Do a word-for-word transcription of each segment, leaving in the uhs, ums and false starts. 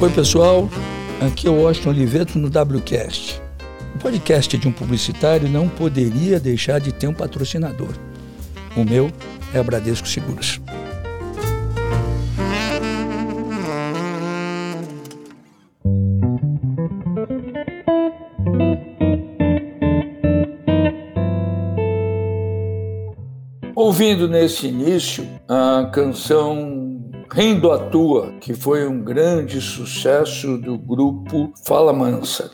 Oi pessoal, aqui é o Washington Oliveto no WCast. O podcast de um publicitário não poderia deixar de ter um patrocinador. O meu é a Bradesco Seguros. Ouvindo nesse início a canção Rindo à Tua, que foi um grande sucesso do grupo Fala Mansa.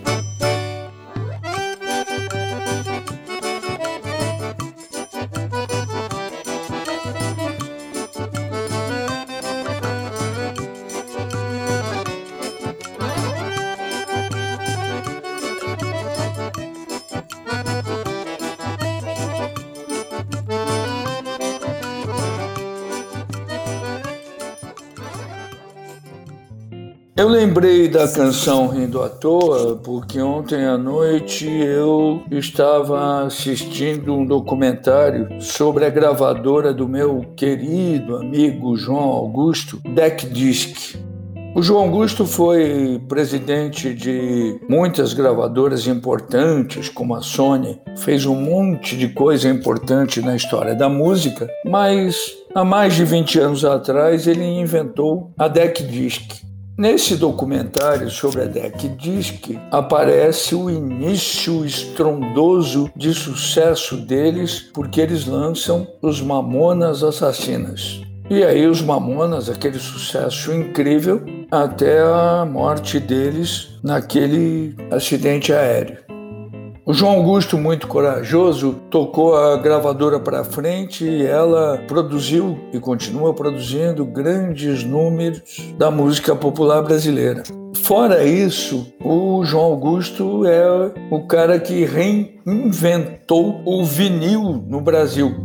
Eu lembrei da canção Rindo à Toa porque ontem à noite eu estava assistindo um documentário sobre a gravadora do meu querido amigo João Augusto, Deck Disc. O João Augusto foi presidente de muitas gravadoras importantes, como a Sony, fez um monte de coisa importante na história da música, mas há mais de vinte anos atrás ele inventou a Deck Disc. Nesse documentário sobre a Deck Disc aparece o início estrondoso de sucesso deles, porque eles lançam os Mamonas Assassinas. E aí os Mamonas, aquele sucesso incrível, até a morte deles naquele acidente aéreo. O João Augusto, muito corajoso, tocou a gravadora para frente e ela produziu e continua produzindo grandes números da música popular brasileira. Fora isso, o João Augusto é o cara que reinventou o vinil no Brasil.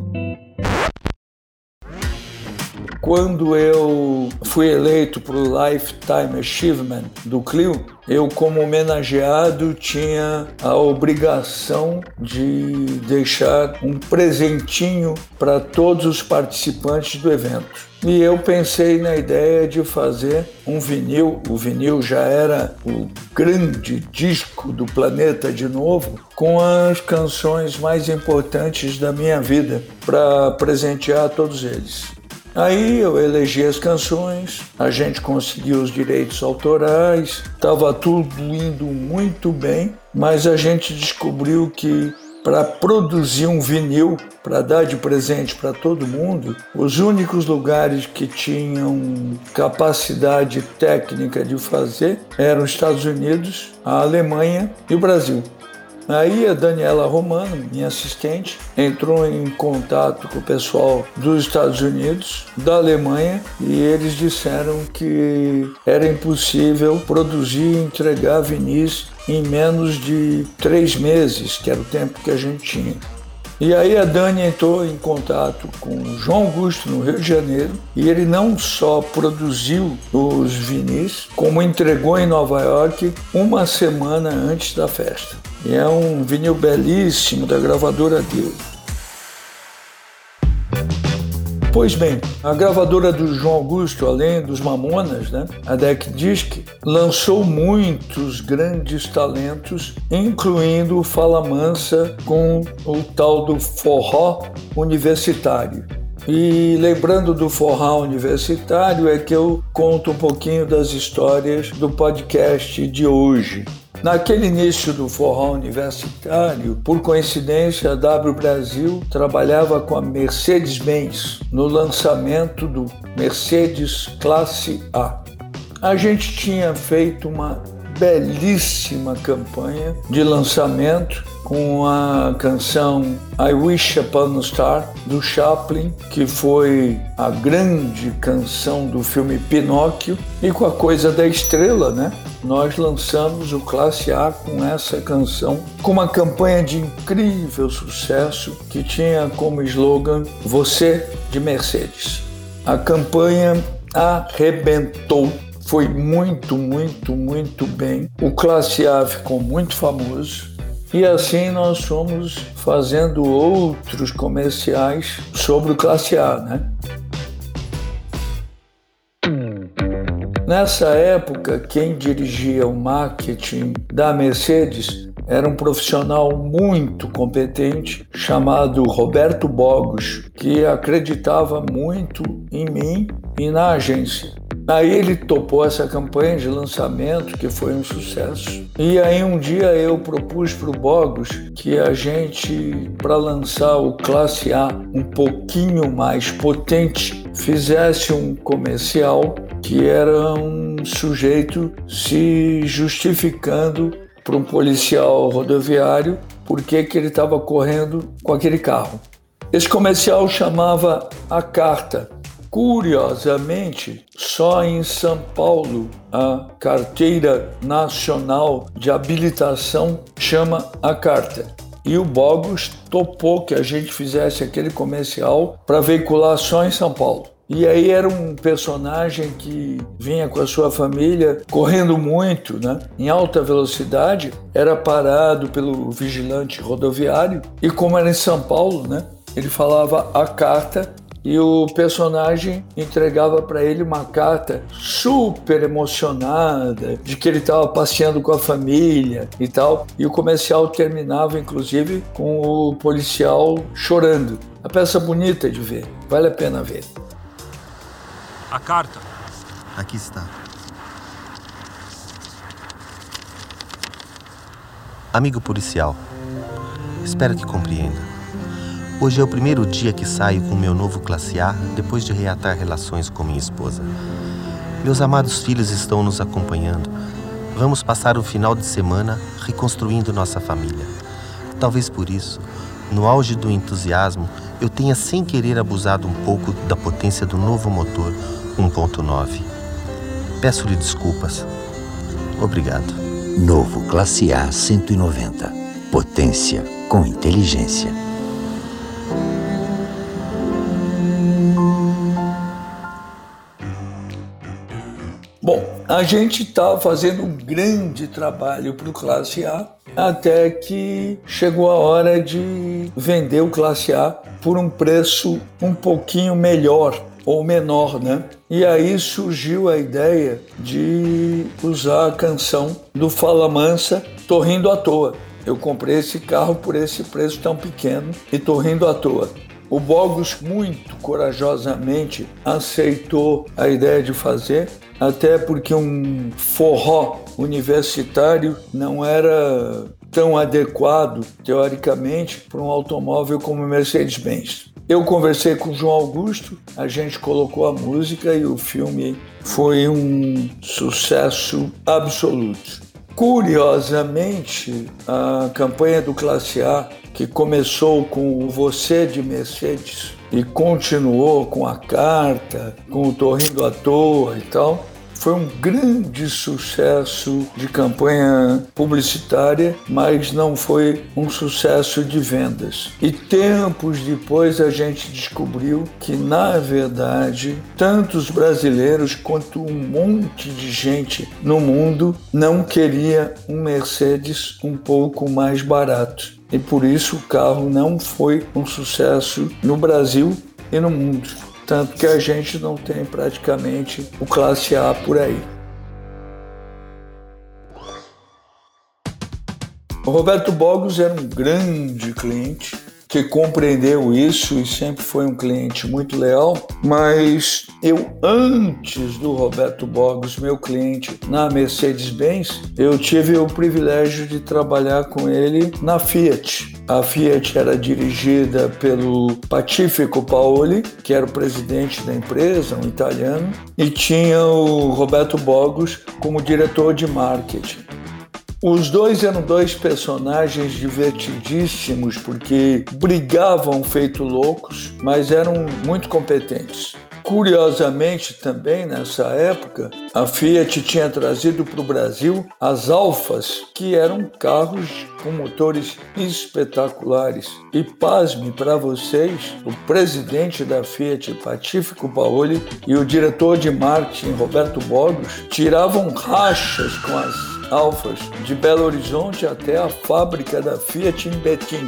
Quando eu fui eleito para o Lifetime Achievement do Clio, eu, como homenageado, tinha a obrigação de deixar um presentinho para todos os participantes do evento. E eu pensei na ideia de fazer um vinil. O vinil já era o grande disco do planeta de novo, com as canções mais importantes da minha vida, para presentear a todos eles. Aí eu elegi as canções, a gente conseguiu os direitos autorais, estava tudo indo muito bem, mas a gente descobriu que para produzir um vinil, para dar de presente para todo mundo, os únicos lugares que tinham capacidade técnica de fazer eram os Estados Unidos, a Alemanha e o Brasil. Aí a Daniela Romano, minha assistente, entrou em contato com o pessoal dos Estados Unidos, da Alemanha, e eles disseram que era impossível produzir e entregar vinis em menos de três meses, que era o tempo que a gente tinha. E aí a Dani entrou em contato com o João Augusto no Rio de Janeiro e ele não só produziu os vinis, como entregou em Nova York uma semana antes da festa. E é um vinil belíssimo da gravadora dele. Pois bem, a gravadora do João Augusto, além dos Mamonas, né, a Deck Disc, lançou muitos grandes talentos, incluindo o Fala Mansa com o tal do forró universitário. E lembrando do forró universitário é que eu conto um pouquinho das histórias do podcast de hoje. Naquele início do forró universitário, por coincidência, a W Brasil trabalhava com a Mercedes-Benz no lançamento do Mercedes Classe A. A gente tinha feito uma belíssima campanha de lançamento com a canção I Wish Upon a Star, do Chaplin, que foi a grande canção do filme Pinóquio, e com a Coisa da Estrela, né? Nós lançamos o Classe A com essa canção, com uma campanha de incrível sucesso que tinha como slogan Você de Mercedes. A campanha arrebentou. Foi muito, muito, muito bem. O Classe A ficou muito famoso e assim nós fomos fazendo outros comerciais sobre o Classe A, né? Nessa época, quem dirigia o marketing da Mercedes era um profissional muito competente chamado Roberto Bogos, que acreditava muito em mim e na agência. Aí ele topou essa campanha de lançamento, que foi um sucesso. E aí um dia eu propus para o Bogos que a gente, para lançar o Classe A um pouquinho mais potente, fizesse um comercial que era um sujeito se justificando para um policial rodoviário por que que ele estava correndo com aquele carro. Esse comercial chamava A Carta. Curiosamente, só em São Paulo a Carteira Nacional de Habilitação chama A Carta. E o Bogos topou que a gente fizesse aquele comercial para veicular só em São Paulo. E aí era um personagem que vinha com a sua família correndo muito, né? Em alta velocidade, era parado pelo vigilante rodoviário e como era em São Paulo, né? Ele falava a carta e o personagem entregava para ele uma carta super emocionada de que ele estava passeando com a família e tal. E o comercial terminava, inclusive, com o policial chorando. A peça bonita de ver, vale a pena ver. A carta. Aqui está. Amigo policial, espero que compreenda. Hoje é o primeiro dia que saio com meu novo Classe A depois de reatar relações com minha esposa. Meus amados filhos estão nos acompanhando. Vamos passar o final de semana reconstruindo nossa família. Talvez por isso, no auge do entusiasmo, eu tenha sem querer abusado um pouco da potência do novo motor um ponto nove. Peço-lhe desculpas. Obrigado. Novo Classe A cento e noventa. Potência com inteligência. Bom, a gente estava fazendo um grande trabalho para o Classe A até que chegou a hora de vender o Classe A por um preço um pouquinho melhor ou menor, né? E aí surgiu a ideia de usar a canção do Fala Mansa, Tô Rindo à Toa. Eu comprei esse carro por esse preço tão pequeno e tô rindo à toa. O Bogos muito corajosamente aceitou a ideia de fazer, até porque um forró universitário não era tão adequado, teoricamente, para um automóvel como o Mercedes-Benz. Eu conversei com o João Augusto, a gente colocou a música e o filme foi um sucesso absoluto. Curiosamente, a campanha do Classe A, que começou com o Você de Mercedes e continuou com a carta, com o Tô Rindo à Toa e tal, foi um grande sucesso de campanha publicitária, mas não foi um sucesso de vendas. E tempos depois a gente descobriu que, na verdade, tanto os brasileiros quanto um monte de gente no mundo não queria um Mercedes um pouco mais barato. E por isso o carro não foi um sucesso no Brasil e no mundo. Tanto que a gente não tem praticamente o Classe A por aí. O Roberto Bogos era um grande cliente que compreendeu isso e sempre foi um cliente muito leal, mas eu, antes do Roberto Bogos, meu cliente na Mercedes-Benz, eu tive o privilégio de trabalhar com ele na Fiat. A Fiat era dirigida pelo Pacifico Paoli, que era o presidente da empresa, um italiano, e tinha o Roberto Bogos como diretor de marketing. Os dois eram dois personagens divertidíssimos porque brigavam feito loucos, mas eram muito competentes. Curiosamente também, nessa época, a Fiat tinha trazido para o Brasil as Alfas, que eram carros com motores espetaculares. E pasme para vocês, o presidente da Fiat, Pacifico Paoli, e o diretor de marketing, Roberto Bogos, tiravam rachas com as Alfas de Belo Horizonte até a fábrica da Fiat em Betim.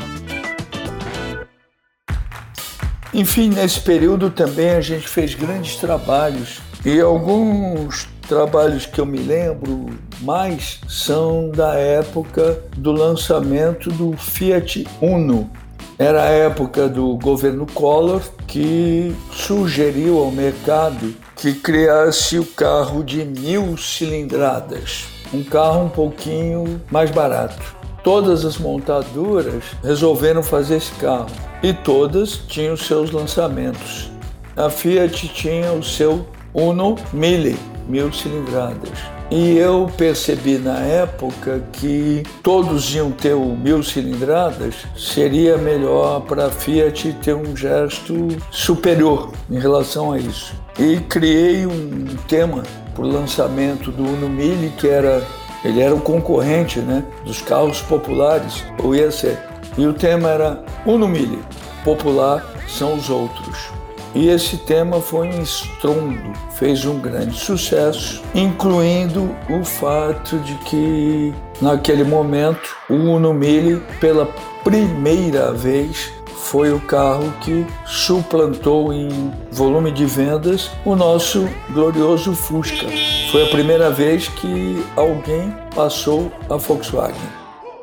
Enfim, nesse período também a gente fez grandes trabalhos e alguns trabalhos que eu me lembro mais são da época do lançamento do Fiat Uno. Era a época do governo Collor, que sugeriu ao mercado que criasse o carro de mil cilindradas, um carro um pouquinho mais barato. Todas as montadoras resolveram fazer esse carro e todas tinham seus lançamentos. A Fiat tinha o seu Uno Mille, mil cilindradas. E eu percebi na época que todos iam ter o mil cilindradas, seria melhor para a Fiat ter um gesto superior em relação a isso. E criei um tema para o lançamento do Uno Mille, que era, ele era o concorrente, né, dos carros populares, ou ia ser. E o tema era Uno Mille, popular são os outros. E esse tema foi um estrondo, fez um grande sucesso, incluindo o fato de que, naquele momento, o Uno Mille, pela primeira vez, foi o carro que suplantou em volume de vendas o nosso glorioso Fusca. Foi a primeira vez que alguém passou a Volkswagen.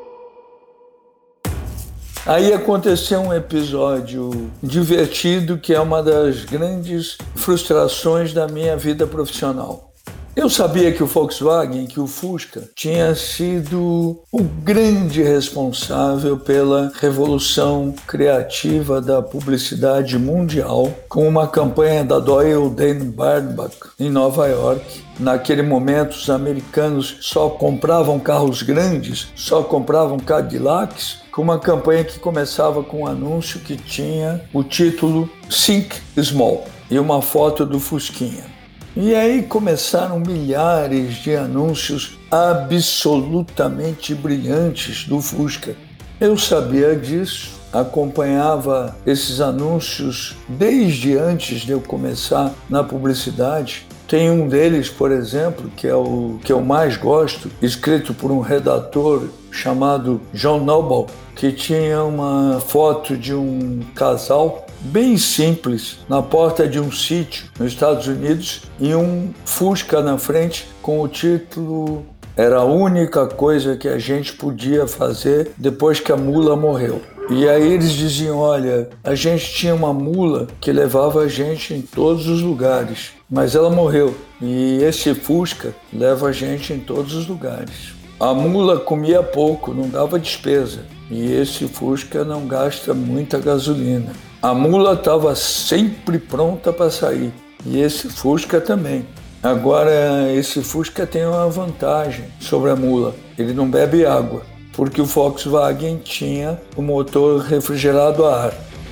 Aí aconteceu um episódio divertido que é uma das grandes frustrações da minha vida profissional. Eu sabia que o Volkswagen, que o Fusca, tinha sido o grande responsável pela revolução criativa da publicidade mundial com uma campanha da Doyle Dane Bernbach em Nova York. Naquele momento, os americanos só compravam carros grandes, só compravam Cadillacs, com uma campanha que começava com um anúncio que tinha o título Think Small e uma foto do Fusquinha. E aí começaram milhares de anúncios absolutamente brilhantes do Fusca. Eu sabia disso, acompanhava esses anúncios desde antes de eu começar na publicidade. Tem um deles, por exemplo, que é o que eu mais gosto, escrito por um redator chamado John Noble, que tinha uma foto de um casal bem simples na porta de um sítio nos Estados Unidos e um Fusca na frente com o título "Era a única coisa que a gente podia fazer depois que a mula morreu". E aí eles diziam, olha, a gente tinha uma mula que levava a gente em todos os lugares, mas ela morreu e esse Fusca leva a gente em todos os lugares. A mula comia pouco, não dava despesa, e esse Fusca não gasta muita gasolina. A mula estava sempre pronta para sair, e esse Fusca também. Agora, esse Fusca tem uma vantagem sobre a mula, ele não bebe água, porque o Volkswagen tinha o motor refrigerado a ar.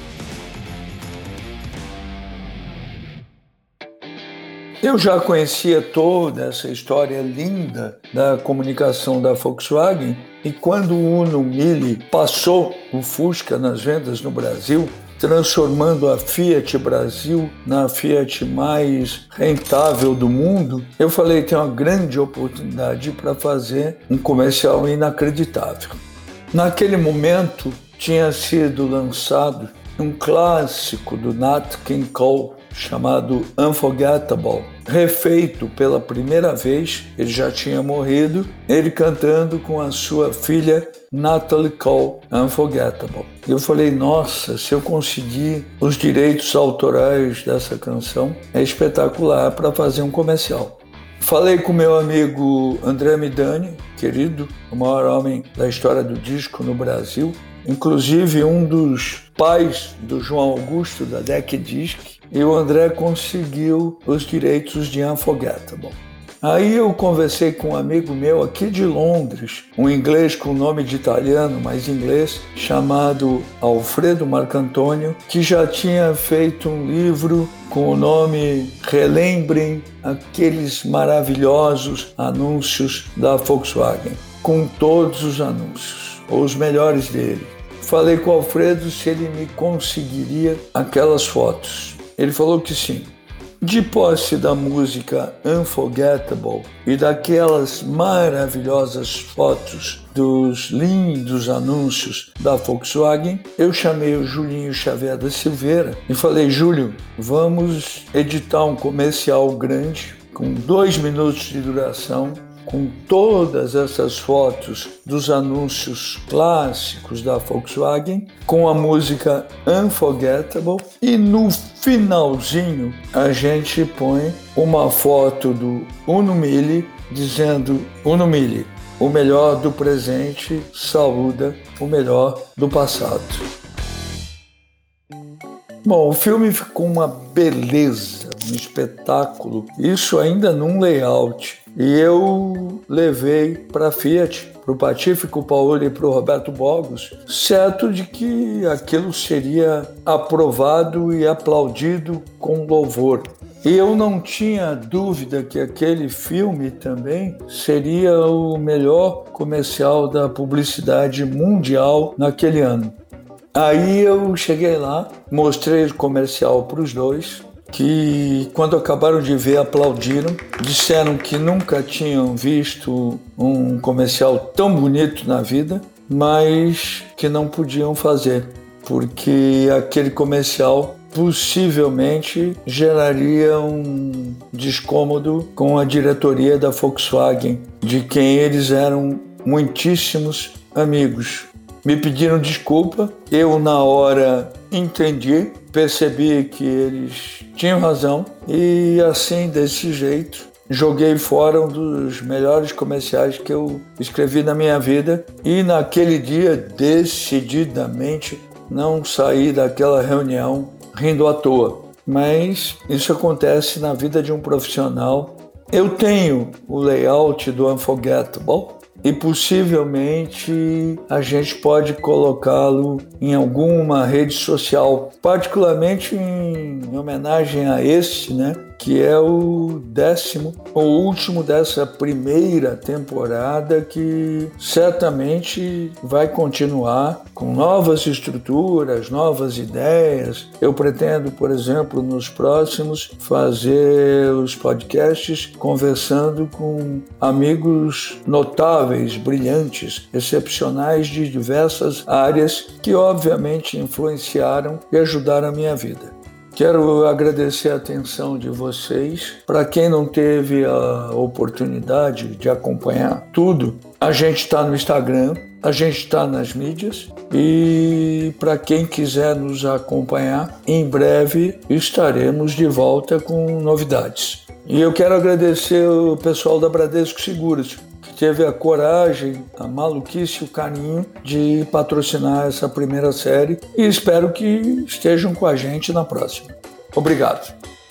Eu já conhecia toda essa história linda da comunicação da Volkswagen e quando o Uno Mille passou o Fusca nas vendas no Brasil, transformando a Fiat Brasil na Fiat mais rentável do mundo, eu falei, tem uma grande oportunidade para fazer um comercial inacreditável. Naquele momento, tinha sido lançado um clássico do Nat King Cole, chamado Unforgettable, refeito pela primeira vez, ele já tinha morrido, ele cantando com a sua filha Natalie Cole, Unforgettable. Eu falei, nossa, se eu conseguir os direitos autorais dessa canção, é espetacular para fazer um comercial. Falei com meu amigo André Midani, querido, o maior homem da história do disco no Brasil, inclusive um dos pais do João Augusto, da D E C Disc, e o André conseguiu os direitos de Unforgettable. Aí eu conversei com um amigo meu aqui de Londres, um inglês com nome de italiano, mas inglês, chamado Alfredo Marcantonio, que já tinha feito um livro com o nome Relembrem aqueles maravilhosos anúncios da Volkswagen, com todos os anúncios, ou os melhores dele. Falei com o Alfredo se ele me conseguiria aquelas fotos. Ele falou que sim. De posse da música Unforgettable e daquelas maravilhosas fotos dos lindos anúncios da Volkswagen, eu chamei o Julinho Xavier da Silveira e falei, Júlio, vamos editar um comercial grande com dois minutos de duração, com todas essas fotos dos anúncios clássicos da Volkswagen, com a música Unforgettable, e no finalzinho a gente põe uma foto do Uno Mille dizendo: Uno Mille, o melhor do presente saúda o melhor do passado. Bom, o filme ficou uma beleza, um espetáculo, isso ainda num layout. E eu levei para a Fiat, para o Patife, para o Paolo e para o Roberto Bogos, certo de que aquilo seria aprovado e aplaudido com louvor. E eu não tinha dúvida que aquele filme também seria o melhor comercial da publicidade mundial naquele ano. Aí eu cheguei lá, mostrei o comercial para os dois, que quando acabaram de ver aplaudiram, disseram que nunca tinham visto um comercial tão bonito na vida, mas que não podiam fazer, porque aquele comercial possivelmente geraria um descômodo com a diretoria da Volkswagen, de quem eles eram muitíssimos amigos. Me pediram desculpa, eu na hora entendi, percebi que eles tinham razão e assim, desse jeito, joguei fora um dos melhores comerciais que eu escrevi na minha vida e naquele dia, decididamente, não saí daquela reunião rindo à toa. Mas isso acontece na vida de um profissional. Eu tenho o layout do Unforgettable, e possivelmente a gente pode colocá-lo em alguma rede social, particularmente em homenagem a esse, né, que é o décimo, o último dessa primeira temporada, que certamente vai continuar com novas estruturas, novas ideias. Eu pretendo, por exemplo, nos próximos fazer os podcasts conversando com amigos notáveis, brilhantes, excepcionais de diversas áreas que obviamente influenciaram e ajudaram a minha vida. Quero agradecer a atenção de vocês. Para quem não teve a oportunidade de acompanhar tudo, a gente está no Instagram, a gente está nas mídias, e para quem quiser nos acompanhar, em breve estaremos de volta com novidades. E eu quero agradecer o pessoal da Bradesco Seguros, que teve a coragem, a maluquice e o carinho de patrocinar essa primeira série, e espero que estejam com a gente na próxima. Obrigado.